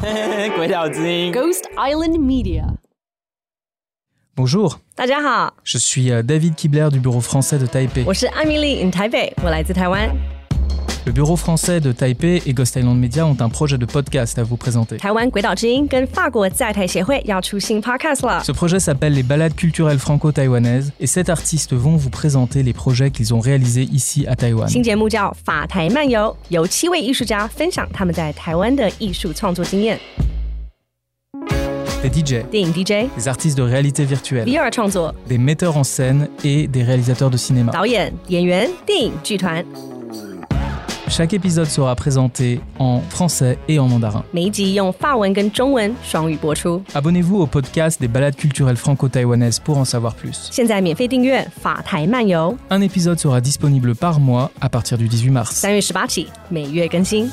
鬼岛之音 Ghost Island Media. Bonjour, 大家好， je suis David Kibler du bureau français de Taipei. 我是艾米丽 in 台北，我来自台湾。 Le bureau français de Taipei et Ghost Island Media ont un projet de podcast à vous présenter. 台湾鬼岛之音跟法国在台协会要出新 podcast 了。 Ce projet s'appelle les balades culturelles franco-taïwanaises et 7 artistes vont vous présenter les projets qu'ils ont réalisés ici à Taïwan. 新节目叫法台漫游，由7位艺术家分享他们在台湾的艺术创作经验。 Des DJ, 电影 DJ、 des artistes de réalité virtuelle, VR 创作、 des metteurs en scène et des réalisateurs de cinéma. 导演、演员、电影剧团。 Chaque épisode sera présenté en français et en mandarin. 每一集用法文跟中文双语播出。 Abonnez-vous au podcast des balades culturelles franco-taïwanaises pour en savoir plus. 现在免费订阅法台漫游， Un épisode sera disponible par mois à partir du 18 mars. 3月18起每月更新。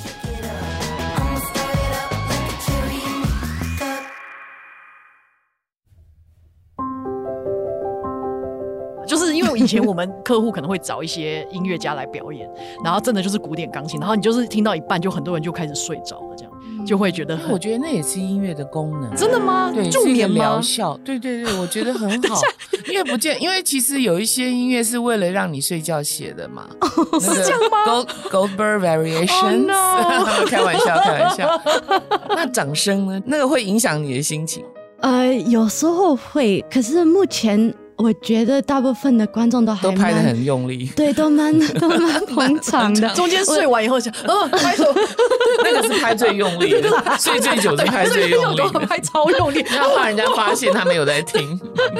就是因为以前我们客户可能会找一些音乐家来表演，然后真的就是古典钢琴，然后你就是听到一半就很多人就开始睡着了，这样就会觉得很我觉得那也是音乐的功能。 真的吗？ 对， 助眠吗？ 是一个疗效。对对对，我觉得很好。因为其实有一些音乐是为了让你睡觉写的嘛。 是这样吗 ？Goldberg Variations，、 no 开玩笑，开玩笑。那掌声呢？那个会影响你的心情。 有时候会，可是目前我觉得大部分的观众都拍得很用力， 对，都蛮捧场的。 中间睡完以后想，拍手， 那个是拍最用力的，睡最久是拍最用力的， 拍超用力， 要怕人家发现他没有在听。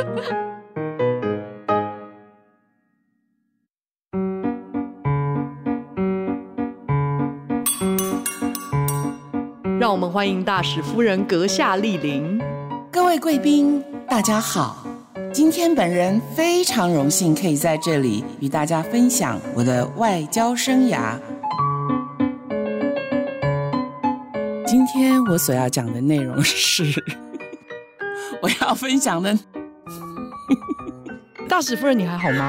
让我们欢迎大使夫人阁下莅临。 各位贵宾，大家好。今天本人非常荣幸可以在这里与大家分享我的外交生涯。今天我所要讲的内容是我要分享的大使夫人你还好吗？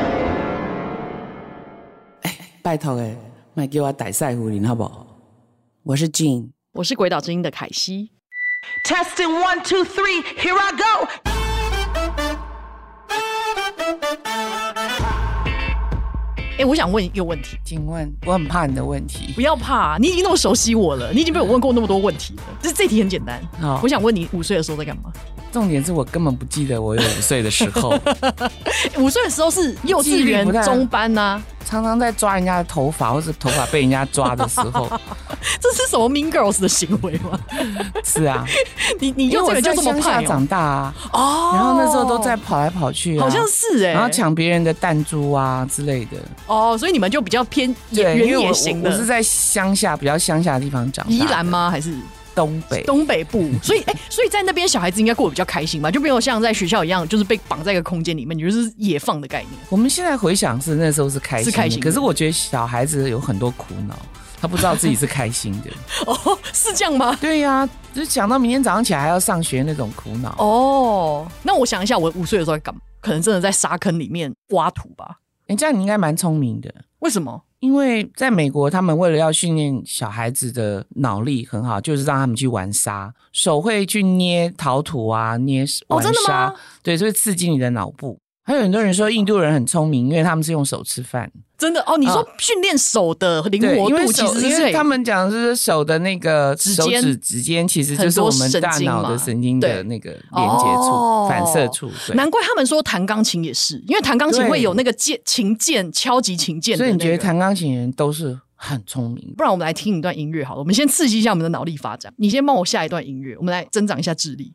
拜托别给我逮赛胡林好不好？我是 Jean， 我是鬼岛之音的凯西。 Testing 1 2 3 here I go。 我想问一个问题， 请问，我很怕你的问题。 不要怕，你已经那么熟悉我了，你已经被我问过那么多问题了。这题很简单。我想问你5岁的时候在干嘛？ 重点是我根本不记得我有5岁的时候。 5岁的时候是幼稚园中班啊， 常常在抓人家的头发，或是头发被人家抓的时候。 这是什么 Mean Girls 的行为吗？ 是啊， 你幼稚园就这么派长大啊，然后那时候都在跑来跑去啊， 好像是然后抢别人的弹珠啊之类的。 所以你们就比较偏原野型的。 我是在乡下，比较乡下的地方长大。 宜兰吗？还是东北部？所以在那边小孩子应该过得比较开心吧，就没有像在学校一样，就是被绑在一个空间里面，你就是野放的概念。 我们现在回想是那时候是开心的，可是我觉得小孩子有很多苦恼。他不知道自己是开心的。 是这样吗？ 对呀，就是想到明天早上起来还要上学那种苦恼。 那我想一下，我5岁的时候在干嘛？可能真的在沙坑里面挖土吧。 这样你应该蛮聪明的。 为什么？ 因为在美国，他们为了要训练小孩子的脑力很好，就是让他们去玩沙，手会去捏陶土啊，捏玩沙。 真的吗？ 对，所以刺激你的脑部。还有很多人说印度人很聪明，因为他们是用手吃饭。 真的你说训练手的灵活度，其实是因为他们讲是手的那个手指尖，其实就是我们大脑的神经的那个连接处、反射处。 难怪他们说弹钢琴也是，因为弹钢琴会有那个琴键、敲击琴键的。 所以你觉得弹钢琴人都是很聪明？ 不然我们来听一段音乐好了，我们先刺激一下我们的脑力发展。你先帮我下一段音乐，我们来增长一下智力。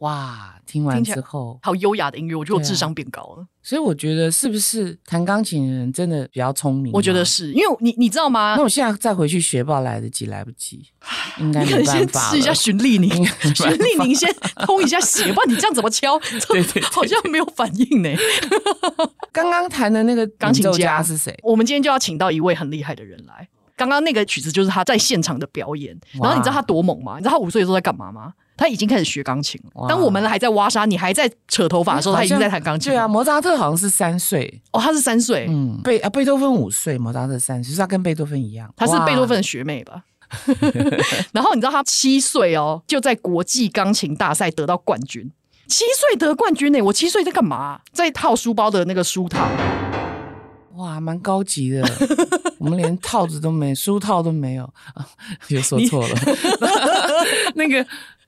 哇，听完之后好优雅的音乐，我觉得我智商变高了。 所以我觉得是不是弹钢琴的人真的比较聪明？ 我觉得是因为你知道吗？ 那我现在再回去学，不知道来得及来不及，应该没办法了。 你可能先试一下循利宁，循利宁先通一下血，不然你这样怎么敲？ 对对， 好像没有反应呢。 刚刚弹的那个钢琴家是谁？ 我们今天就要请到一位很厉害的人来。刚刚那个曲子就是他在现场的表演，然后你知道他多猛吗？你知道他5岁的时候在干嘛吗？他已经开始学钢琴了。当我们还在挖沙，你还在扯头发的时候，他已经在弹钢琴。 对啊，莫扎特好像是3岁哦，他是3岁。 贝多芬5岁，莫扎特3岁，就是他跟贝多芬一样。 他是贝多芬的学妹吧？然后你知道他7岁哦，就在国际钢琴大赛得到冠军。7岁得冠军呢？我7岁在干嘛？在套书包的那个书套。 哇，蛮高级的。我们连套子都没，书套都没有，又说错了。那个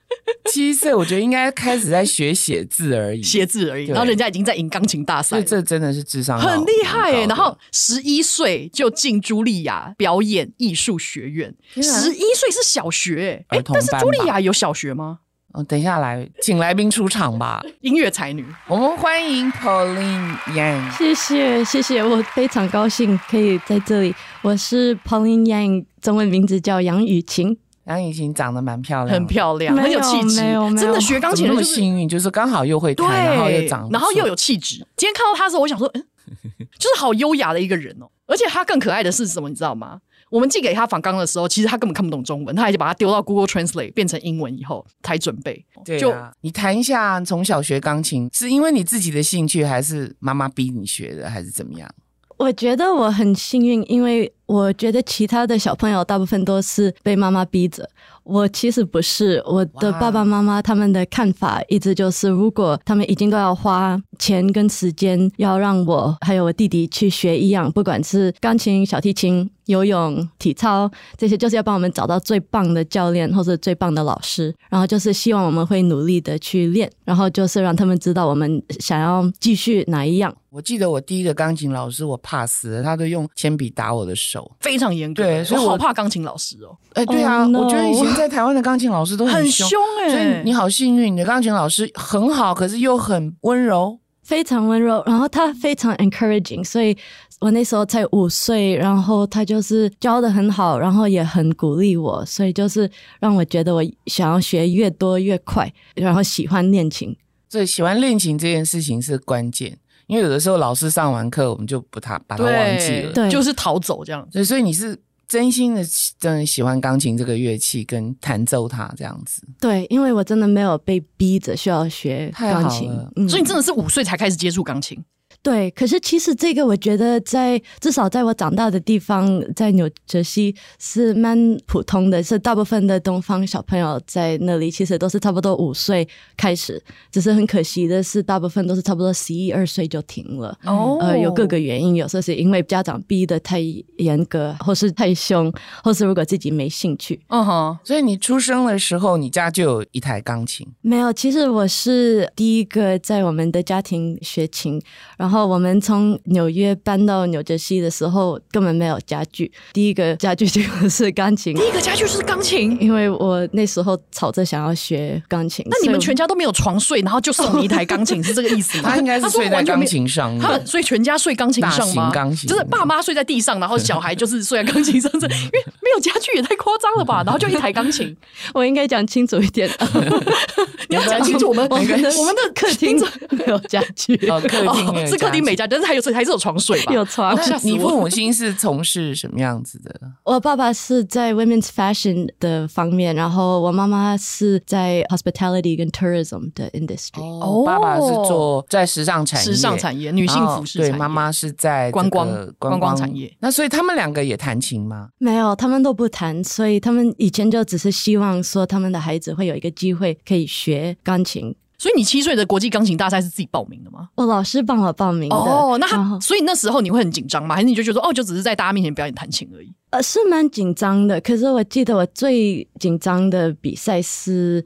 7岁，我觉得应该开始在学写字而已， 然后人家已经在赢钢琴大赛了， 所以这真的是智商很厉害耶。然后11岁就进茱莉亚表演艺术学院，11岁是小学哎，但是茱莉亚有小学吗？ 等一下来，请来宾出场吧。 音乐才女， 我们欢迎 Pauline Yang。 谢谢，我非常高兴可以在这里。我是 Pauline Yang， 中文名字叫杨雨晴。 杨雨晴长得蛮漂亮， 很漂亮，很有气质。真的学钢琴那么幸运，就是刚好又会弹，然后又长， 然后又有气质。今天看到他的时候，我想说，就是好优雅的一个人哦。而且他更可爱的是什么，你知道吗？我们寄给他访纲的时候，其实他根本看不懂中文，他还就把它丢到 Google Translate 变成英文以后才准备。 对啊，你谈一下，从小学钢琴是因为你自己的兴趣，还是妈妈逼你学的，还是怎么样？ 我觉得我很幸运，因为我觉得其他的小朋友大部分都是被妈妈逼着，我其实不是。我的爸爸妈妈他们的看法一直就是，如果他们已经都要花钱跟时间要让我还有我弟弟去学一样，不管是钢琴、小提琴、游泳、体操，这些就是要帮我们找到最棒的教练或者最棒的老师，然后就是希望我们会努力的去练，然后就是让他们知道我们想要继续哪一样。 我记得我第一个钢琴老师我怕死了，他都用铅笔打我的手， 非常严格。 对，所以我好怕钢琴老师哦。 对啊， no. 我觉得以前在台湾的钢琴老师都很凶所以你好幸运，你的钢琴老师很好，可是又很温柔， 非常温柔，然后他非常 encouraging， 所以我那时候才5岁，然后他就是教得很好，然后也很鼓励我，所以就是让我觉得我想要学越多越快，然后喜欢练琴。 所以喜欢练琴这件事情是关键，因为有的时候老师上完课我们就把它忘记了， 对， 就是逃走这样。 所以你是真心的真的喜欢钢琴这个乐器跟弹奏它这样子。 对，因为我真的没有被逼着需要学钢琴， 所以你真的是5岁才开始接触钢琴。 对，可是其实这个我觉得至少在我长大的地方，在纽泽西是蛮普通的，是大部分的东方小朋友在那里其实都是差不多5岁开始，只是很可惜的是大部分都是差不多11、12岁就停了。有各个原因，有时候是因为家长逼得太严格，或是太凶，或是如果自己没兴趣。 所以你出生的时候你家就有一台钢琴？ 没有，其实我是第一个在我们的家庭学琴，然后我们从纽约搬到纽泽西的时候根本没有家具，第一个家具就是钢琴。 第一个家具是钢琴？ 因为我那时候吵着想要学钢琴。 那你们全家都没有床睡，然后就送你一台钢琴，是这个意思吗？ 他应该是睡在钢琴上， 所以全家睡钢琴上吗？ 大型钢琴， 就是爸妈睡在地上，然后小孩就是睡在钢琴上，因为没有家具也太夸张了吧？然后就一台钢琴。 我应该讲清楚一点。 你要讲清楚，我们的客厅没有家具。 客厅是客厅没家具，但是还是有床睡吧？ 有床。 你父母亲是从事什么样子的？ 我爸爸是在 women's fashion 的方面，然后我妈妈是在 hospitality 跟 tourism 的 industry。 爸爸是做在时尚产业， 女性服饰产业。 对，妈妈是在观光产业。 那所以他们2个也弹琴吗？ 没有，他们都不弹，所以他们以前就只是希望说他们的孩子会有一个机会可以学钢琴。 所以你7岁的国际钢琴大赛是自己报名的吗？ 我老师帮我报名的。 那所以那时候你会很紧张吗？还是你就觉得说就只是在大家面前表演弹琴而已？ 是蛮紧张的，可是我记得我最紧张的比赛是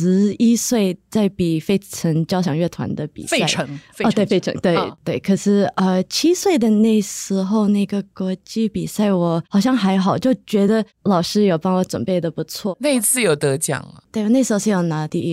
11岁在比费城交响乐团的比赛。 费城对，费城，对。可是7岁的那时候那个国际比赛我好像还好，就觉得老师有帮我准备的不错。 那一次有得奖了？ 对，那时候是有拿第1名。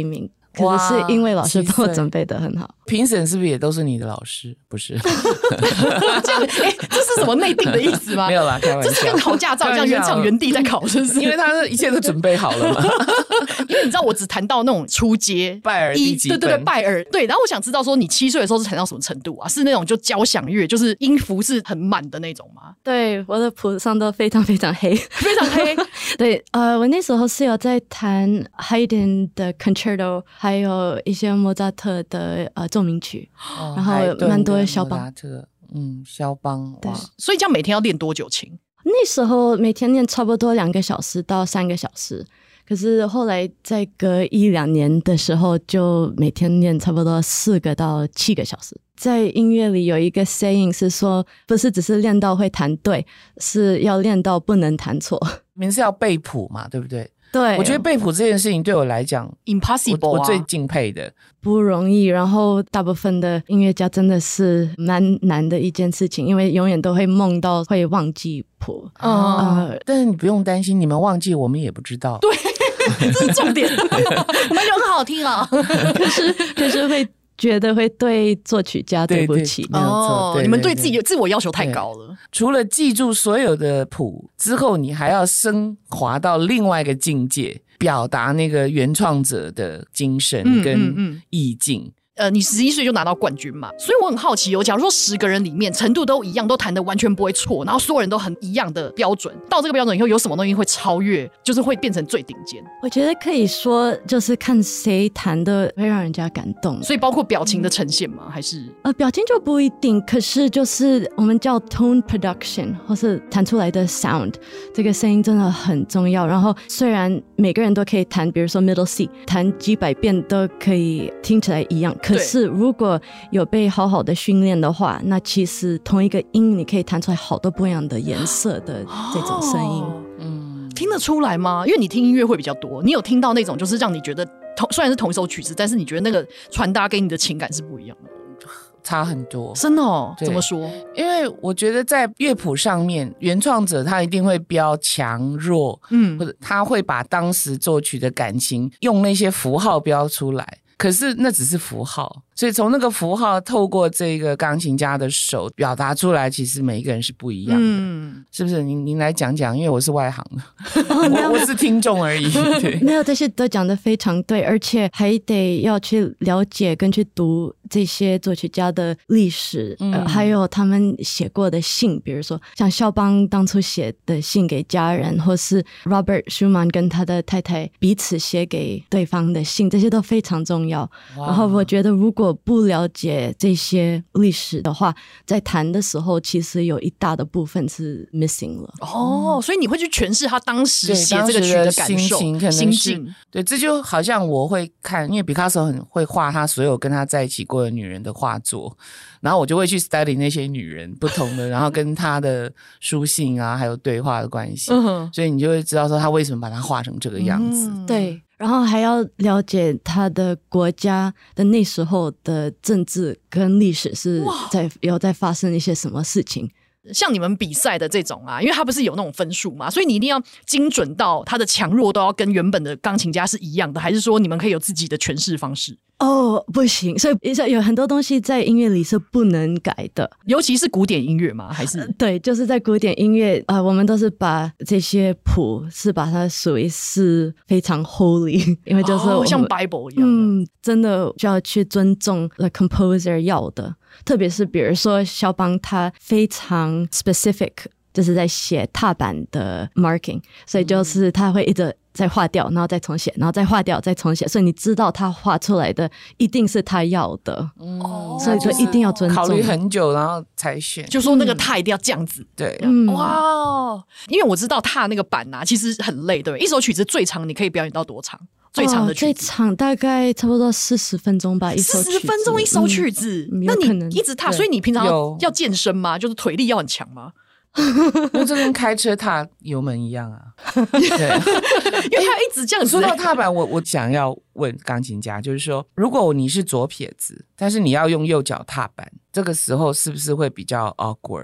可是是因为老师帮我准备的很好。 评审是不是也都是你的老师？不是， 这样这是什么内定的意思吗？ 没有啦，开玩笑。 这是跟考驾照一样，原厂原地在考，是不是？ 因为他是一切都准备好了嘛。 因为你知道，我只谈到那种初阶拜耳第几分？ 对，拜耳对。然后我想知道说，你7岁的时候是弹到什么程度啊？是那种就交响乐，就是音符是很满的那种吗？ 对，我的谱上都非常非常黑， 非常黑。 对，我那时候是有在弹 Haydn 的 Concerto， 还有一些莫扎特的奏鸣曲，然后蛮多的肖邦， 肖邦，哇！ 所以这样每天要练多久琴？ 那时候每天练差不多2个小时到3个小时，可是后来在隔1-2年的时候，就每天练差不多4个到7个小时。在音乐里有一个 saying 是说，不是只是练到会弹对，是要练到不能弹错。 你们是要背谱嘛，对不对？ 对， 我觉得背谱这件事情对我来讲 impossible， 我最敬佩的， 不容易。然后大部分的音乐家真的是蛮难的一件事情，因为永远都会梦到会忘记谱。 但是你不用担心，你们忘记我们也不知道。 对，这是重点。我们就很好听啊， 可是会觉得会对作曲家对不起。 没有错，对， 你们对自己的自我要求太高了。 除了记住所有的谱之后，你还要升华到另外一个境界，表达那个原创者的精神跟意境。 你11岁就拿到冠军嘛，所以我很好奇假如说10个人里面程度都一样，都弹得完全不会错，然后所有人都很一样的标准，到这个标准以后有什么东西会超越，就是会变成最顶尖？ 我觉得可以说就是看谁弹的会让人家感动， 所以包括表情的呈现吗？还是表情就不一定，可是就是我们叫 tone production 或是弹出来的 sound， 这个声音真的很重要。然后虽然每个人都可以弹，比如说 middle C 弹几百遍都可以听起来一样，可是如果有被好好的训练的话，那其实同一个音你可以弹出来好多不一样的颜色的这种声音。 听得出来吗？因为你听音乐会比较多，你有听到那种就是让你觉得虽然是同一首曲子，但是你觉得那个传达给你的情感是不一样的？ 差很多， 真的哦？怎么说？ 因为我觉得在乐谱上面，原创者他一定会标强弱，或者他会把当时作曲的感情用那些符号标出来。可是那只是符号，所以从那个符号透过这个钢琴家的手表达出来，其实每一个人是不一样的，是不是？您来讲讲，因为我是外行的，我是听众而已。 没有，这些都讲得非常对，而且还得要去了解跟去读这些作曲家的历史，还有他们写过的信，比如说像肖邦当初写的信给家人，或是 Robert Schumann 跟他的太太彼此写给对方的信，这些都非常重要。然后我觉得如果不了解这些历史的话，在弹的时候其实有一大的部分是 missing 了。 所以你会去诠释他当时写这个曲的感受心境。 对，这就好像我会看，因为 Picasso 很会画他所有跟他在一起过的女人的画作，然后我就会去 study 那些女人不同的，然后跟他的书信啊还有对话的关系，所以你就会知道说他为什么把它画成这个样子。 对，然后还要了解他的国家的那时候的政治跟历史是有在发生一些什么事情。 像你们比赛的这种因为它不是有那种分数嘛，所以你一定要精准到它的强弱都要跟原本的钢琴家是一样的，还是说你们可以有自己的诠释方式？ 不行，所以有很多东西在音乐里是不能改的， 尤其是古典音乐吗？还是对，就是在古典音乐我们都是把这些谱是把它属于是非常 holy， 因为就是像 Bible 一样真的就要去尊重 the composer 要的，特别是比如说肖邦他非常 specific， 就是在写踏板的 marking， 所以就是他会一直再画掉，然后再重写，然后再画掉再重写，所以你知道他画出来的一定是他要的，所以就一定要尊重， 考虑很久然后才选， 就说那个踏一定要这样子。 对， 哇，因为我知道踏那个板其实很累，对不对？一首曲子最长你可以表演到多长？最长的曲子最长大概差不多40分钟吧，一首曲子 40分钟一首曲子，那你一直踏，所以你平常要健身吗？就是腿力要很强吗？ 因为这跟开车踏油门一样啊。对， 因为他一直这样子。 说到踏板，我想要问钢琴家，就是说，如果你是左撇子，但是你要用右脚踏板，这个时候是不是会比较 awkward？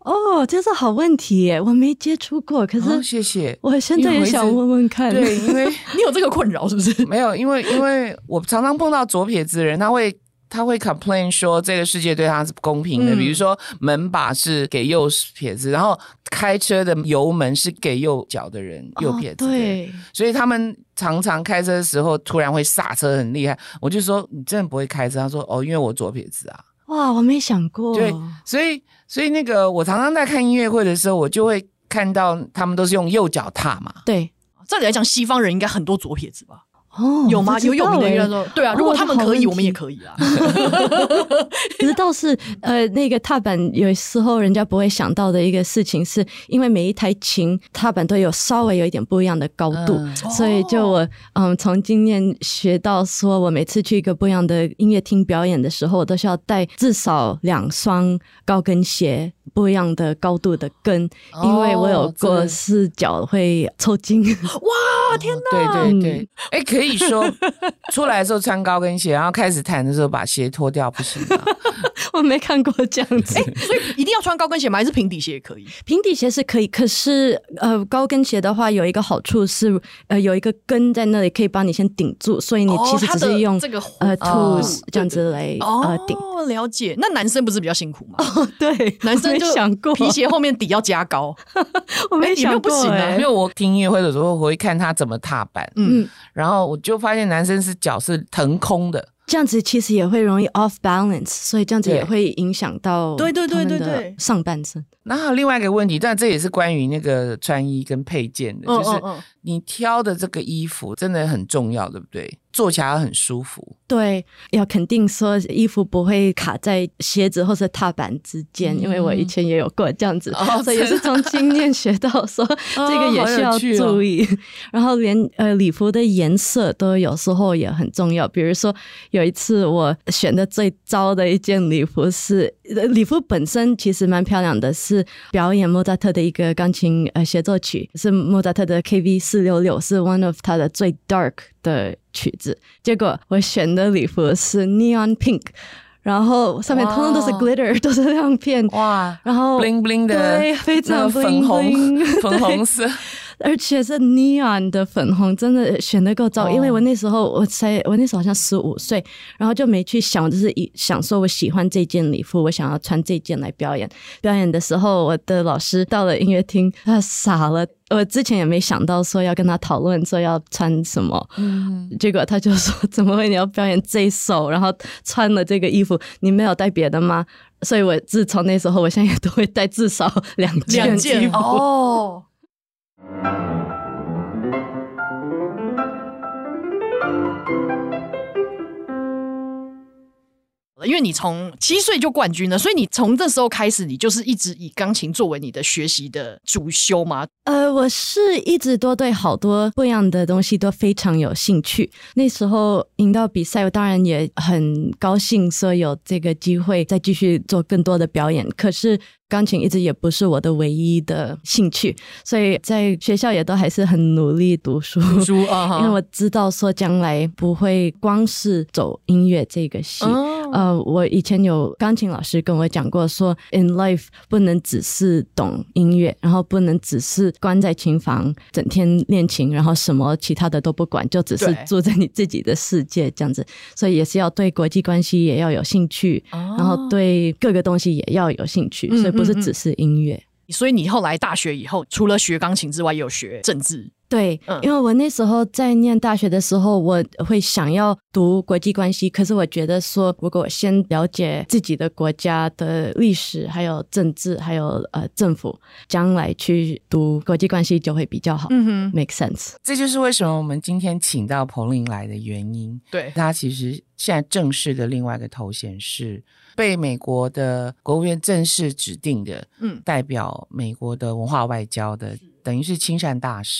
哦，这是好问题耶，我没接触过，可是谢谢。 我现在也想问问看。 对，因为你有这个困扰是不是？ 没有，因为我常常碰到左撇子的人，他会 complain 说这个世界对他是不公平的，比如说门把是给右撇子，然后开车的油门是给右脚的人，右撇子的人， 对， 所以他们常常开车的时候突然会刹车很厉害，我就说你真的不会开车？他说因为我左撇子啊。 哇，我没想过。 对，所以那个我常常在看音乐会的时候，我就会看到他们都是用右脚踏嘛。 对， 照理来讲，西方人应该很多左撇子吧？ 哦， 有吗？有名的人说，对啊，如果他们可以，我们也可以啊。 可是倒是那个踏板有时候人家不会想到的一个事情，是因为每一台琴踏板都有稍微有一点不一样的高度，所以就我从经验学到说，我每次去一个不一样的音乐厅表演的时候，我都需要带至少2双高跟鞋，不一样的高度的跟，因为我有过是脚会抽筋。 哇，天哪！ 对对对，可以说出来的时候穿高跟鞋，然后开始弹的时候把鞋脱掉，不行吗？ 我没看过这样子。 所以一定要穿高跟鞋吗？还是平底鞋也可以？ 平底鞋是可以，可是高跟鞋的话有一个好处是有一个跟在那里可以帮你先顶住，所以你其实只是用这个 tools 这样子来顶。 哦，了解。那男生不是比较辛苦吗？ 对， 男生就想过皮鞋后面底要加高。 我没想过不行啊， 因为我听音乐会的时候，我会看他怎么踏板，然后我就发现男生是脚是腾空的。 这样子其实也会容易 off balance， 所以这样子也会影响到他们的上半身。 然后还有另外一个问题，但这也是关于那个穿衣跟配件的，就是你挑的这个衣服真的很重要，对不对？做起来要很舒服。 对，要肯定说衣服不会卡在鞋子或是踏板之间，因为我以前也有过这样子，所以也是从经验学到说这个也需要注意。然后连礼服的颜色都有时候也很重要，比如说有一次我选的最糟的一件礼服是，礼服本身其实蛮漂亮的，是表演莫扎特的一个钢琴协奏曲，是莫扎特的 KV466， 是 one of 他的最 dark 的曲子，结果我选的礼服是 neon pink， 然后上面通通都是 glitter， 都是亮片， 哇， 然后 bling bling 的， 对，非常 bling bling， 粉红色。 而且是 neon 的粉红，真的选得够糟。因为我那时候我那时候好像15岁，然后就没去想，我就是想说我喜欢这件礼服，我想要穿这件来表演。表演的时候，我的老师到了音乐厅，他傻了。我之前也没想到说要跟他讨论说要穿什么，结果他就说怎么会你要表演这一首，然后穿了这个衣服，你没有带别的吗？所以我自从那时候，我现在也都会带至少2件衣服。 哦。因为你从7岁就冠军了，所以你从这时候开始，你就是一直以钢琴作为你的学习的主修吗？ 我是一直都对好多不一样的东西都非常有兴趣。那时候赢到比赛，我当然也很高兴说有这个机会再继续做更多的表演。可是钢琴一直也不是我的唯一的兴趣，所以在学校也都还是很努力读书，因为我知道说将来不会光是走音乐这个系。我以前有钢琴老师跟我讲过说 in life 不能只是懂音乐，然后不能只是关在琴房整天练琴，然后什么其他的都不管，就只是住在你自己的世界这样子。所以也是要对国际关系也要有兴趣，然后对各个东西也要有兴趣，所以不是只是音乐。 所以你后来大学以后除了学钢琴之外也有学政治。 对，因为我那时候在念大学的时候，我会想要读国际关系，可是我觉得说如果我先了解自己的国家的历史还有政治还有政府，将来去读国际关系就会比较好。make sense。 这就是为什么我们今天请到Pauline来的原因。对，他其实现在正式的另外一个头衔是被美国的国务院正式指定的代表美国的文化外交的，等于是亲善大使。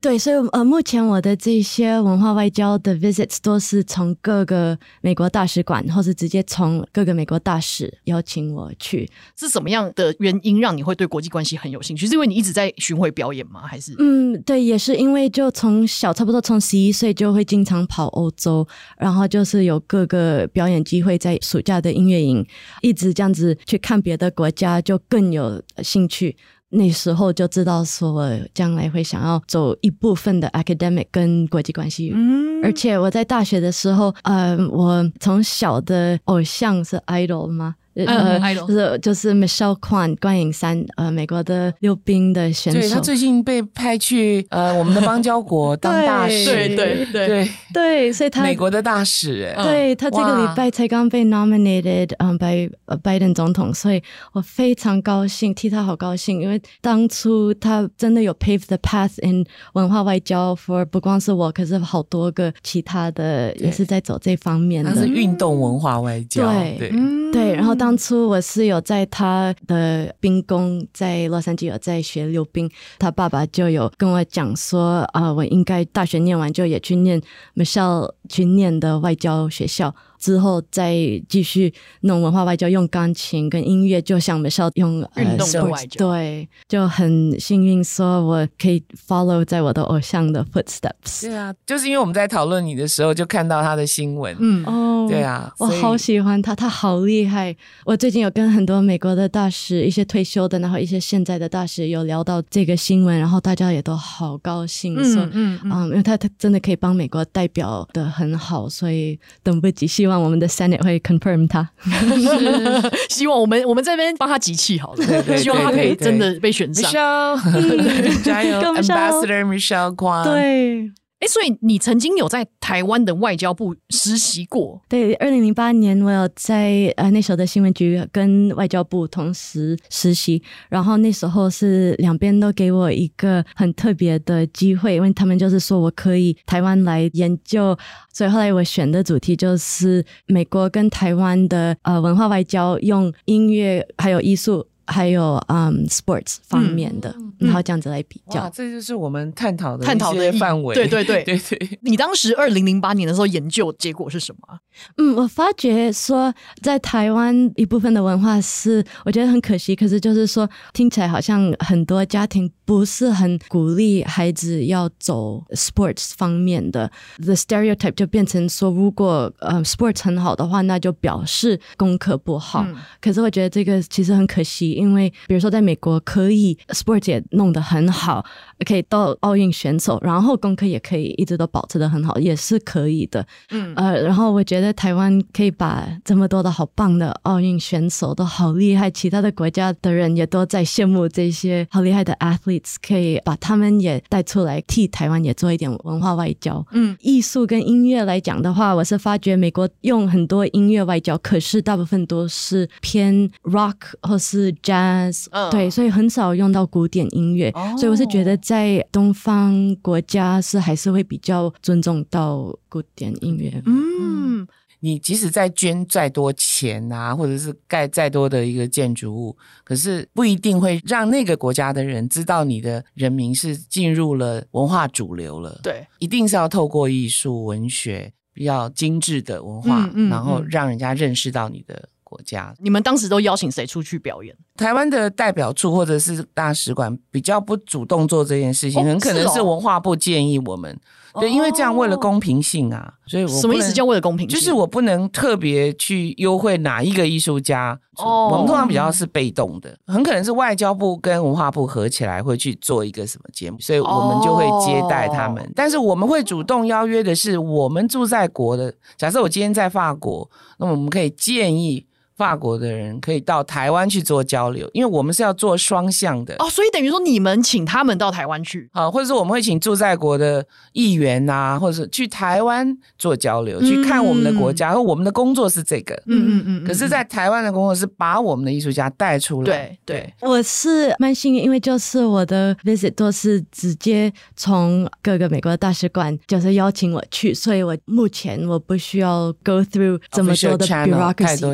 对，所以目前我的这些文化外交的 visits 都是从各个美国大使馆，或是直接从各个美国大使邀请我去。 是什么样的原因让你会对国际关系很有兴趣？是因为你一直在巡回表演吗？还是？ 对，也是因为就从小差不多从11岁就会经常跑欧洲，然后就是有各个表演机会，在暑假的音乐营一直这样子去看别的国家，就更有兴趣。那时候就知道说我将来会想要走一部分的 academic 跟国际关系。而且我在大学的时候我从小的偶像是 idol 吗就是 Michelle Kwan 关颖珊美国的溜冰的选手。 对，他最近被派去我们的邦交国当大使。 对，所以他美国的大使对，他这个礼拜才刚被 nominated by Biden 总统，所以我非常高兴，替他好高兴，因为当初他真的有 pave the path in 文化外交 for 不光是我，可是好多个其他的也是在走这方面的。 他是运动文化外交。 对，然后当初我是有在他的冰宫在洛杉矶有在学溜冰，他爸爸就有跟我讲说我应该大学念完就也去念 Michelle 去念的外交学校，之后再继续弄文化外交，用钢琴跟音乐，就像 Michelle 用运动的外交。 对，就很幸运说我可以 follow 在我的偶像的 footsteps。 对啊，就是因为我们在讨论你的时候就看到他的新闻。对啊， 我好喜欢他，他好厉害。我最近有跟很多美国的大使，一些退休的，然后一些现在的大使有聊到这个新闻，然后大家也都好高兴说因为他真的可以帮美国代表的很好，所以等不及希望我们的 Senate 会 confirm 他。 希望我们这边帮他集气好了。 对， 希望他可以真的被选上。 Michelle 加油 Ambassador Michelle Kwan。 对， 所以你曾经有在台湾的外交部实习过？ 对，2008年我有在那时候的新闻局跟外交部同时实习，然后那时候是两边都给我一个很特别的机会，因为他们就是说我可以台湾来研究，所以后来我选的主题就是美国跟台湾的文化外交，用音乐还有艺术还有sports 方面的，然后这样子来比较。 哇，这就是我们探讨的一些范围。 对。你当时2008年的时候研究结果是什么？ 我发觉说在台湾一部分的文化是我觉得很可惜，可是就是说听起来好像很多家庭不是很鼓励孩子要走 sports 方面的。The stereotype 就变成说如果sports 很好的话，那就表示功课不好。可是我觉得这个其实很可惜，因为比如说在美国可以 sports 也弄得很好，可以到奥运选手，然后功课也可以一直都保持得很好，也是可以的。然后我觉得台湾可以把这么多的好棒的奥运选手都好厉害，其他的国家的人也都在羡慕这些好厉害的 athletes， 可以把他们也带出来，替台湾也做一点文化外交。艺术跟音乐来讲的话，我是发觉美国用很多音乐外交，可是大部分都是偏 rock 或是 jazz，对，所以很少用到古典音乐。所以我是觉得在东方国家是还是会比较尊重到古典音乐。 你即使在捐再多钱啊，或者是盖再多的一个建筑物，可是不一定会让那个国家的人知道你的人民是进入了文化主流了。 对， 一定是要透过艺术文学比较精致的文化，然后让人家认识到你的国家。 你们当时都邀请谁出去表演？ 台湾的代表处或者是大使馆比较不主动做这件事情，很可能是文化部建议我们。对，因为这样为了公平性啊，所以我什么意思叫为了公平性？ 就是我不能特别去优惠哪一个艺术家。我们通常比较是被动的，很可能是外交部跟文化部合起来会去做一个什么节目，所以我们就会接待他们。但是我们会主动邀约的是我们住在国的，假设我今天在法国，那么我们可以建议法国的人可以到台湾去做交流，因为我们是要做双向的。 所以等于说你们请他们到台湾去， 或者是我们会请住在国的议员啊，或者是去台湾做交流，去看我们的国家，我们的工作是这个。可是在台湾的工作是把我们的艺术家带出来。 对， 我是蛮幸运，因为就是我的 visit 都是直接从各个美国的大使馆就是邀请我去，所以我目前我不需要 go through 这么多的 bureaucracy。对，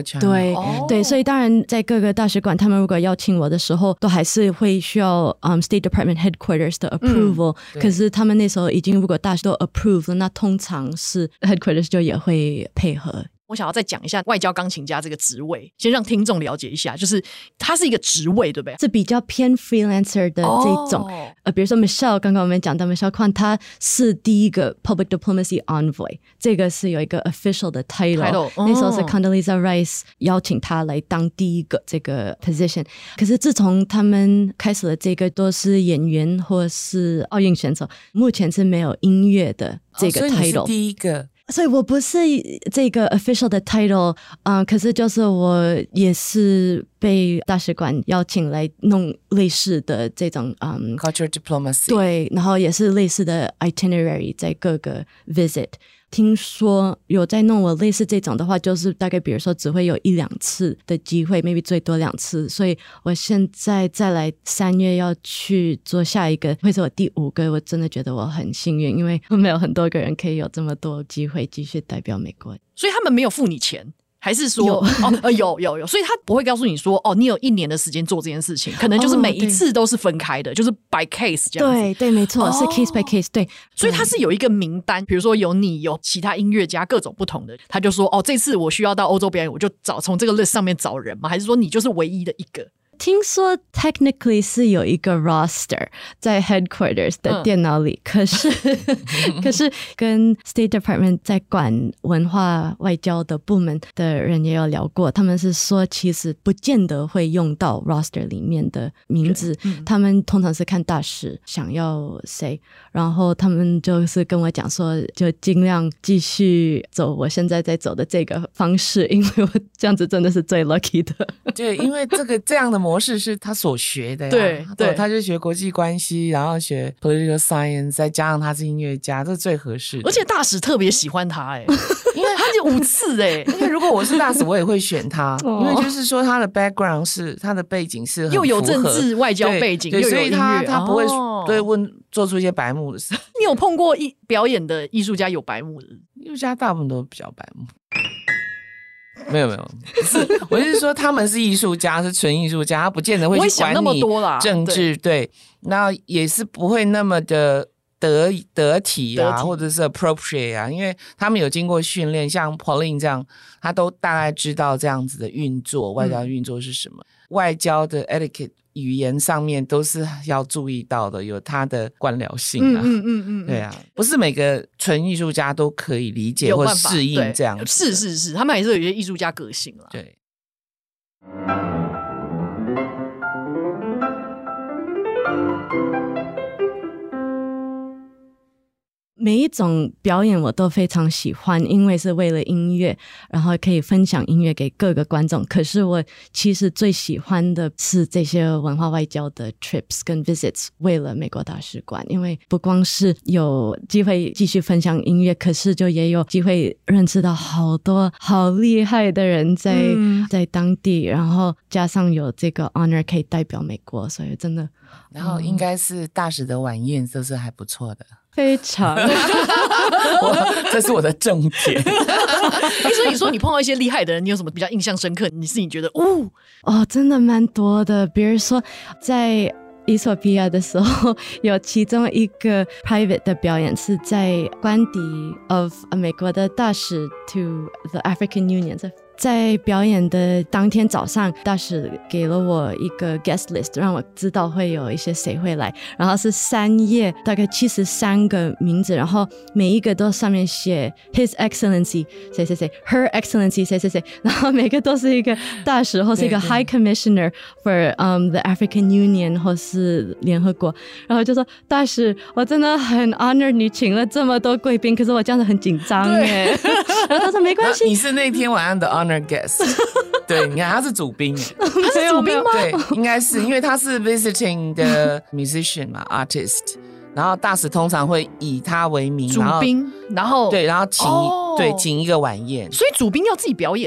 对、对，所以当然在各个大使馆他们如果邀请我的时候都还是会需要State Department Headquarters 的 approval、可是他们那时候已经如果大使都 approve 了，那通常是 Headquarters 就也会配合。 我想要再讲一下外交钢琴家这个职位，先让听众了解一下，就是它是一个职位，对不对？ 是比较偏 freelancer 的这种、比如说 Michelle 刚刚我们讲到 Michelle Kwan 她是第一个 Public Diplomacy Envoy， 这个是有一个 official 的 title、那时候是 Condoleezza Rice 邀请她来当第一个这个 position， 可是自从他们开始了这个都是演员或是奥运选手，目前是没有音乐的这个 title、 所以你是第一个， 所以我不是这个 official 的 title，可是就是我也是被大使馆邀请来弄类似的这种 culture diplomacy， 对，然后也是类似的 itinerary 在各个 visit。听说有在弄我类似这种的话，就是大概比如说只会有1-2次的机会 maybe 最多2次，所以我现在再来3月要去做下一个，会是我第5个，我真的觉得我很幸运，因为没有很多个人可以有这么多机会继续代表美国。 所以他们没有付你钱，还是说有，所以他不会告诉你说你有1年的时间做这件事情，可能就是每一次都是分开的，就是 by case 这样子。 对对，没错，是 case by case。对， 所以他是有一个名单，比如说有你，有其他音乐家，各种不同的，他就说这次我需要到欧洲表演，我就从这个 list 上面找人吗？还是说你就是唯一的一个？ 听说 technically 是有一个 roster 在 headquarters 的电脑里，可是跟 State Department 在管文化外交的部门的人也有聊过，他们是说其实不见得会用到 roster 里面的名字，他们通常是看大使想要谁，然后他们就是跟我讲说就尽量继续走我现在在走的这个方式，因为我这样子真的是最 lucky 的。 对，因为这样的模式是他所学的呀，对，他就学国际关系，然后学 political science， 再加上他是音乐家，这是最合适的。 而且大使特别喜欢他因为他就5次因为如果我是大使我也会选他因为就是说他的 background 是他的背景是很又有政治外交背景， 对， 又有音乐， 所以他不会做出一些白目的事。 你有碰过表演的艺术家有白目的？ 艺术家大部分都比较白目。没有，我是说他们是艺术家，是纯艺术家，他不见得会去管你政治，对，那也是不会那么的得体啊，或者是 appropriate 啊，因为他们有经过训练，像 Pauline 这样，他都大概知道这样子的运作，外交运作是什么，外交的 etiquette。语言上面都是要注意到的，有它的官僚性啊，对啊，不是每个纯艺术家都可以理解或适应这样子， 是，他们还是有一些艺术家个性啦， 对。 每一种表演我都非常喜欢，因为是为了音乐，然后可以分享音乐给各个观众。可是我其实最喜欢的是这些文化外交的 trips 跟 visits， 为了美国大使馆，因为不光是有机会继续分享音乐，可是就也有机会认识到好多好厉害的人在当地，然后加上有这个 honor 可以代表美国，所以真的， 然后应该是大使的晚宴都是还不错的。 非常这是我的重点所以你说你碰到一些厉害的人，你有什么比较印象深刻？你觉得真的蛮多的，比如说在伊索比亚的时候，有其中一个 private 的表演是在官邸 of 美国的大使 to the African Union，在表演的当天早上，大使给了我一个 guest list， 让我知道会有一些谁会来，然后是3页，大概73个名字，然后每一个都上面写 His Excellency 谁谁谁 Her Excellency 谁谁谁，然后每个都是一个大使或是一个 High Commissioner for the African Union 或是联合国，然后就说大使，我真的很 honor 你请了这么多贵宾，可是我这样子很紧张耶。然后他说没关系， 你是那天晚上的 honor guest 对，你看他是主宾他是主宾吗？ 对，应该是因为他是 visiting 的 musician 嘛 artist， 然后大使通常会以他为名主宾，然后对，然后请一个晚宴， 所以主宾要自己表演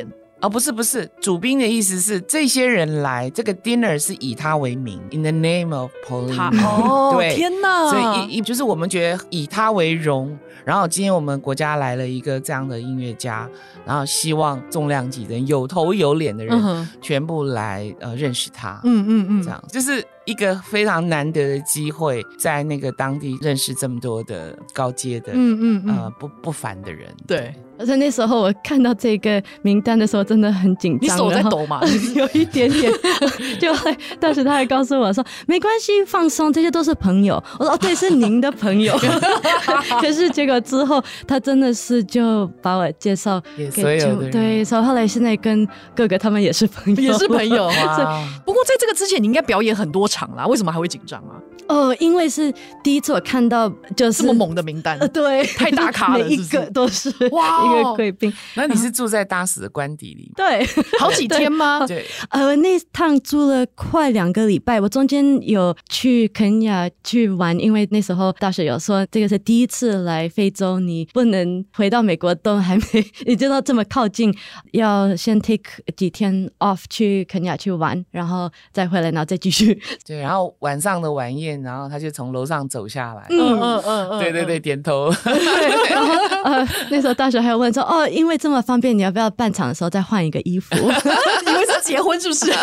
哦，不是，主宾的意思是这些人来这个 dinner 是以他为名 ，in the name of Pauline。 哦， 对， 天哪！ 所以就是我们觉得以他为荣，然后今天我们国家来了一个这样的音乐家，然后希望重量级的有头有脸的人全部来认识他。这样就是一个非常难得的机会，在那个当地认识这么多的高阶的不凡的人。 对。 而且那时候我看到这个名单的时候真的很紧张， 你手在抖吗？ 有一点点就当时他还告诉我说没关系放松，这些都是朋友。我说哦对，是您的朋友。可是结果之后他真的是就把我介绍给所有的人， 对，所以后来现在跟哥哥他们也是朋友， 也是朋友。不过在这个之前你应该表演很多场啦，为什么还会紧张啊？ 因为是第一次我看到就是这么猛的名单， 对， 太大咖了， 每一个都是一个贵宾。 那你是住在大使的官邸里吗？ 对， 好几天吗？ 对， 那趟住了快2个礼拜，我中间有去肯亚去玩，因为那时候大使有说这个是第一次来非洲，你不能回到美国都还没，你知道这么靠近，要先 take 几天 off 去肯亚去玩，然后再回来，然后再继续。 对，然后晚上的晚宴，然后他就从楼上走下来。对，点头。 对，然后那时候大使还有问说，因为这么方便，你要不要办场的时候再换一个衣服？ 以为是结婚是不是？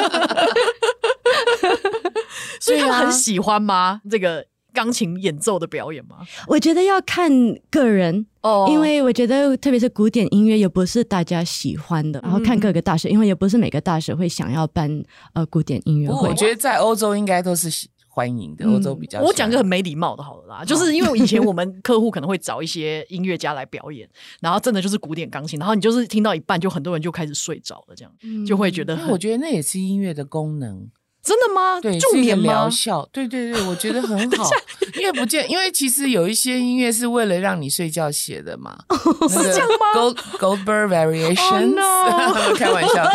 所以他很喜欢吗？这个钢琴演奏的表演吗？ 我觉得要看个人。因为我觉得特别是古典音乐也不是大家喜欢的，然后看各个大使，因为也不是每个大使会想要办古典音乐会。 我觉得在欧洲应该都是欢迎的，欧洲比较。 我讲个很没礼貌的好了啦，就是因为以前我们客户可能会找一些音乐家来表演，然后真的就是古典钢琴，然后你就是听到一半就很多人就开始睡着了，这样就会觉得我觉得那也是音乐的功能。 真的吗？ 对， 助眠吗？ 疗效。对，我觉得很好。因为其实有一些音乐是为了让你睡觉写的嘛。 是这样吗 ？Goldberg Variations。开玩笑。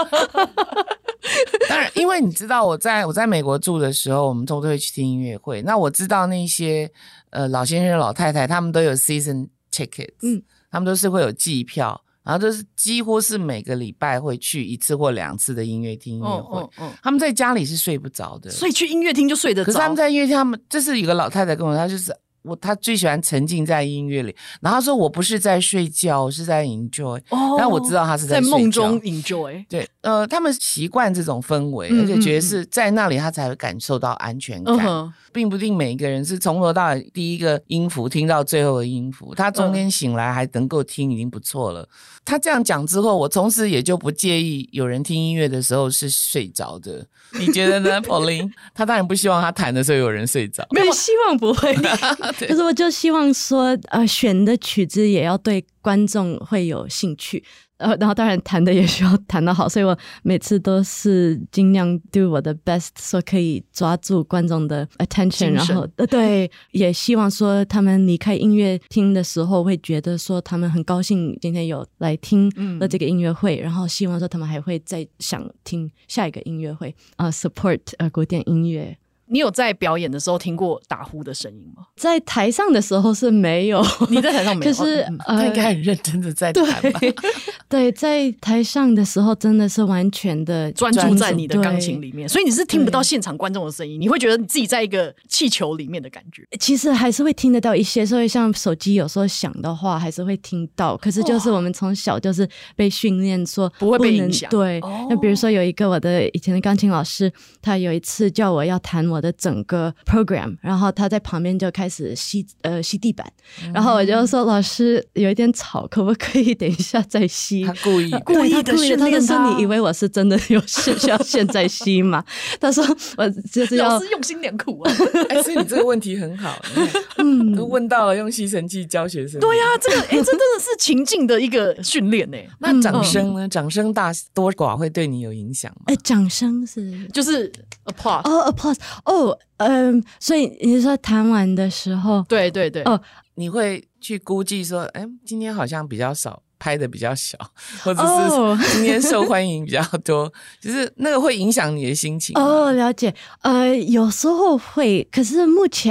当然，因为你知道我在美国住的时候，我们都会去听音乐会。那我知道那些老先生老太太，他们都有 season tickets，他们都是会有季票。然后就是几乎是每个礼拜会去1次或2次的音乐厅音乐会，他们在家里是睡不着的， 所以去音乐厅就睡得着。 可是他们在音乐厅，就是有个老太太跟我说，她最喜欢沉浸在音乐里，然后她说我不是在睡觉，我是在 enjoy，但我知道她是在梦中 enjoy。 对，他们习惯这种氛围，而且觉得是在那里她才会感受到安全感。并不一定每一个人是从头到尾第一个音符听到最后的音符，他中间醒来还能够听已经不错了。他这样讲之后，我从此也就不介意有人听音乐的时候是睡着的。你觉得呢，Pauline？他当然不希望他弹的时候有人睡着， 没有，希望不会。可是我就希望说，选的曲子也要对观众会有兴趣。然后当然弹的也需要弹得好，所以我每次都是尽量 do 我的 best， 说可以抓住观众的 attention， 然后对，也希望说他们离开音乐厅的时候会觉得说他们很高兴今天有来听了这个音乐会，然后希望说他们还会再想听下一个音乐会support 古典音乐。 你有在表演的时候听过打呼的声音吗？ 在台上的时候是没有。 你在台上没有？ 可是他应该很认真的在弹吧？ 对，在台上的时候真的是完全的专注在你的钢琴里面，所以你是听不到现场观众的声音，你会觉得你自己在一个气球里面的感觉。 其实还是会听得到一些，所以像手机有时候响的话还是会听到，可是就是我们从小就是被训练说不会被影响。 对，那比如说有一个我的以前的钢琴老师，他有一次叫我要弹我的整个 program， 然后他在旁边就开始吸地板，然后我就说老师有一点吵，可不可以等一下再吸？ 他故意的训练他说你以为我是真的有需要现在吸吗？他说我就是要老师用心良苦啊。 所以你这个问题很好，都问到了用吸尘器教学生。 对呀，这个这真的是情境的一个训练欸。 那掌声呢？掌声大多寡会对你有影响吗？ 掌声是就是 applause。 applause。所以你说弹完的时候， 对， 你会去估计说，今天好像比较少，拍的比较小，或者是今天受欢迎比较多，就是那个会影响你的心情。 了解。有时候会，可是目前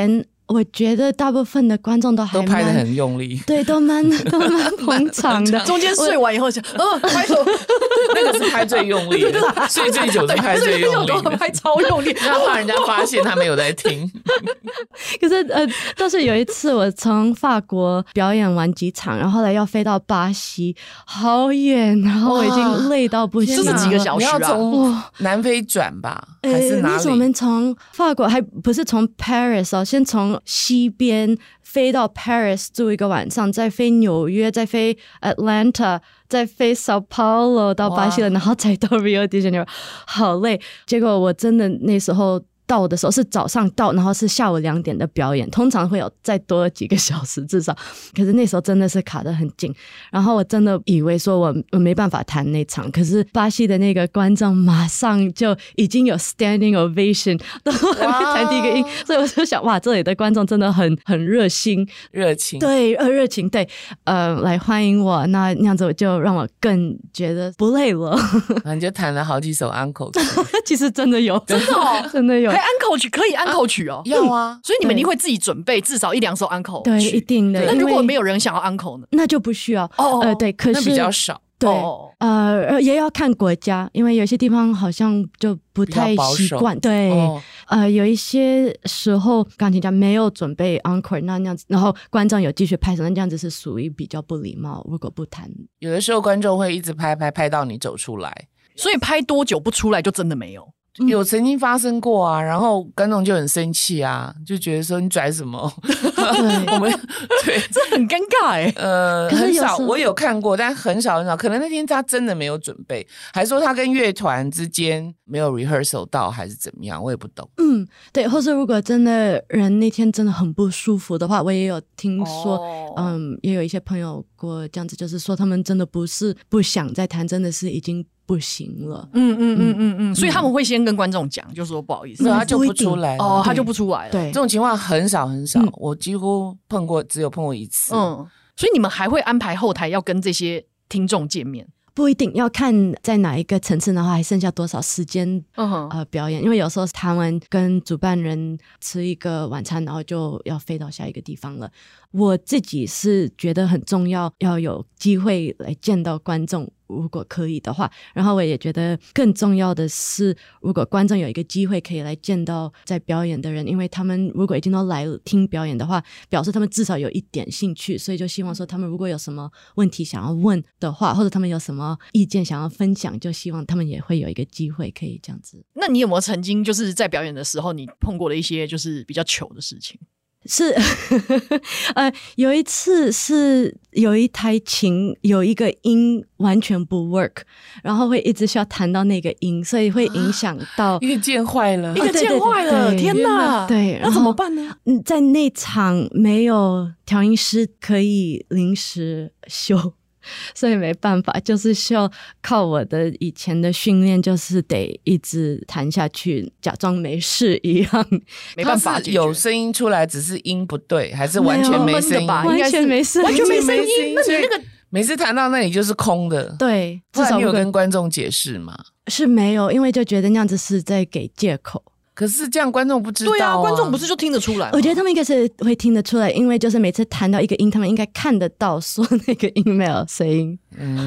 我觉得大部分的观众都还都拍得很用力， 对，都蛮捧场的。 中间睡完以后想，拍手， 那个是拍最用力的，睡最久是拍最用力的， 拍超用力， 然后怕人家发现他没有在听。 可是倒是有一次我从法国表演完几场，然后后来要飞到巴西，好远，然后我已经累到不行了， 这是几个小时啊？ 你要从南非转吧，还是哪里？ 那时候我们从法国还不是从 Paris 哦，先从西边飞到 Paris 住一个晚上，再飞纽约，再飞 Atlanta， 再飞 Sao Paulo 到巴西了，然后再到 Rio de Janeiro， 好累。结果我真的那时候到的时候是早上到，然后是下午2点的表演，通常会有再多几个小时至少，可是那时候真的是卡得很紧，然后我真的以为说我没办法弹那场，可是巴西的那个观众马上就已经有 standing ovation， 都还没弹第一个音，所以我就想哇，这里的观众真的很热心热情， 对，热情，对，来欢迎我，那样子我就让我更觉得不累了。 然后你就弹了好几首安口曲， 其实真的有， 真的哦， 真的有。 还安口曲，可以安口曲哦， 要啊， 所以你们一定会自己准备至少1-2首安口曲， 对，一定的。 那如果没有人想要安口呢？ 那就不需要对，可是那比较少。 对，也要看国家，因为有些地方好像就不太习惯。对，有一些时候钢琴家没有准备 encore， 那样子，然后观众有继续拍手，那这样子是属于比较不礼貌。如果不弹， 有的时候观众会一直拍到你走出来， 所以拍多久不出来就真的没有。 有曾经发生过啊，然后观众就很生气啊，就觉得说你拽什么？我们对， 这很尴尬哎。 很少，我有看过，但很少，可能那天他真的没有准备，还说他跟乐团之间没有 rehearsal 到，还是怎么样，我也不懂。 对，或是如果真的人那天真的很不舒服的话，我也有听说，也有一些朋友过这样子，就是说他们真的不是不想再弹，真的是已经不行了。 所以他们会先跟观众讲，就说不好意思， 他就不出来了， 他就不出来了。 对， 这种情况很少很少，我几乎只有碰过一次。 所以你们还会安排后台要跟这些听众见面？ 不一定，要看在哪一个层次，然后还剩下多少时间表演。因为有时候弹完跟主办人吃一个晚餐，然后就要飞到下一个地方了。我自己是觉得很重要，要有机会来见到观众，如果可以的话。然后我也觉得更重要的是，如果观众有一个机会可以来见到在表演的人，因为他们如果已经都来听表演的话，表示他们至少有一点兴趣，所以就希望说他们如果有什么问题想要问的话，或者他们有什么意见想要分享，就希望他们也会有一个机会可以这样子。 那你有没有曾经就是在表演的时候你碰过的一些就是比较糗的事情？ 是有一次是有一台琴有一个音完全不 work， 然后会一直需要弹到那个音，所以会影响到一个键坏了， 一个键坏了，天哪！ 对， 那怎么办呢？ 在那场没有调音师可以临时修，所以没办法，就是需要靠我的以前的训练，就是得一直弹下去，假装没事一样。 没办法， 有声音出来，只是音不对，还是完全没声音？ 完全没声音， 完全没声音。那你那个每次弹到那里就是空的。 对， 至少你有跟观众解释吗？ 是没有，因为就觉得那样子是在给借口。 可是这样观众不知道对啊，观众不是就听得出来吗？ 我觉得他们应该是会听得出来，因为就是每次弹到一个音，他们应该看得到说那个音没有声音。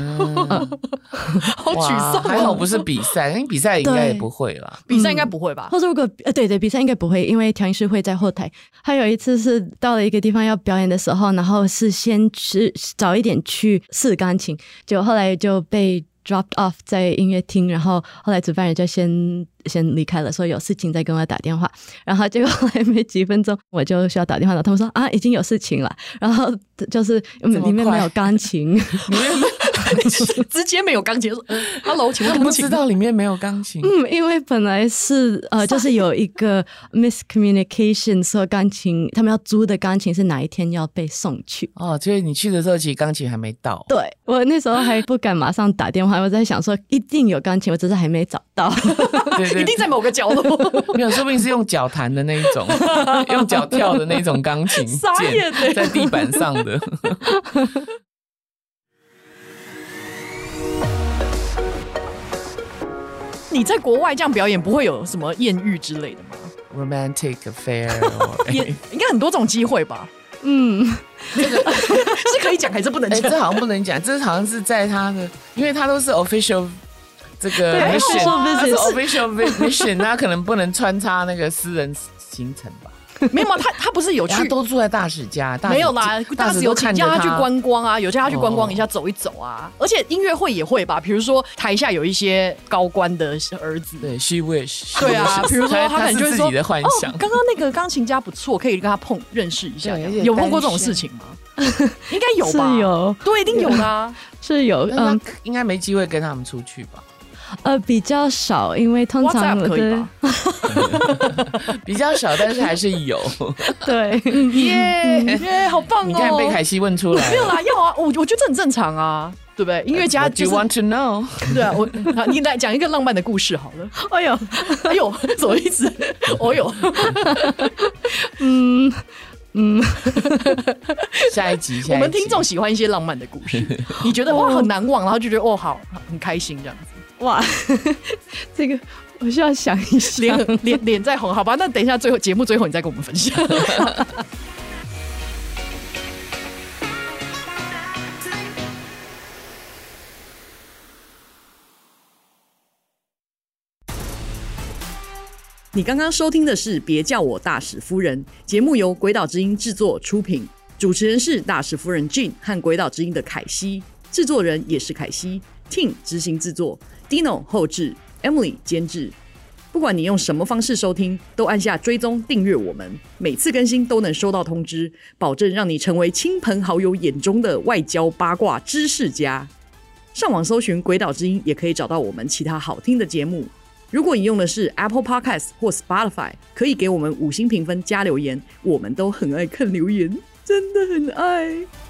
好沮丧。 还好不是比赛，因为比赛应该也不会啦。 比赛应该不会吧？ 或者如果对，比赛应该不会，因为调音师会在后台。还有一次是到了一个地方要表演的时候，然后是先早一点去试钢琴，结果后来就被dropped off 在音乐厅，然后后来主办人就先离开了，说有事情再跟我打电话，然后结果后来没几分钟我就需要打电话了，他们说已经有事情了，然后就是里面没有钢琴， 直接没有钢琴，Hello， 请问钢琴？ 不知道里面没有钢琴。 因为本来是就是有一个 miscommunication， 说钢琴他们要租的钢琴是哪一天要被送去。 所以你去的时候其实钢琴还没到。 对，我那时候还不敢马上打电话，我在想说一定有钢琴，我只是还没找到。 一定在某个角落。 没有，说不定是用脚弹的那一种，用脚跳的那种钢琴键，在地板上的。 你在国外这样表演，不会有什么艳遇之类的吗？ romantic affair 也应该很多种机会吧？是可以讲还是不能讲？ 这好像不能讲，这好像是在他的，因为他都是 official 这个 mission， 他是 official mission， 他可能不能穿插那个私人行程吧。 没有吗？他不是有去， 他都住在大使家， 没有啦，大使有请叫他去观光啊，有叫他去观光一下，走一走啊。而且音乐会也会吧，比如说台下有一些高官的儿子， 对 ，she wish， 对啊，比如说他可能就会说， 自己的幻想， 刚刚那个钢琴家不错，可以跟他认识一下。有碰过这种事情吗？应该有吧？ 是有， 对，一定有啦， 是有， 应该没机会跟他们出去吧？ 比较少，因为通常可以吧？ 比较少，但是还是有。 对， 耶，好棒哦！ 你看被凯西问出来， 没有啦，要啊，我觉得这很正常啊，对不对？音乐家就是 ，Do you want to know？ 对啊，你来讲一个浪漫的故事好了。哎呦，什么意思？哦呦， 下一集， 我们听众喜欢一些浪漫的故事，你觉得哇很难忘，然后就觉得好很开心这样子。 哇，这个我需要想一想， 脸在红，好吧？那等一下节目最后你再跟我们分享。你刚刚收听的是《别叫我大使夫人》节目，由鬼岛之音制作出品，主持人是大使夫人 Jin 和鬼岛之音的凯西，制作人也是凯西 ，Ting 执行制作。Dino 后制 ，Emily 监制。不管你用什么方式收听，都按下追踪订阅我们，每次更新都能收到通知，保证让你成为亲朋好友眼中的外交八卦知识家。上网搜寻鬼岛之音，也可以找到我们其他好听的节目。如果你用的是 Apple Podcast 或 Spotify， 可以给我们5星评分加留言，我们都很爱看留言，真的很爱。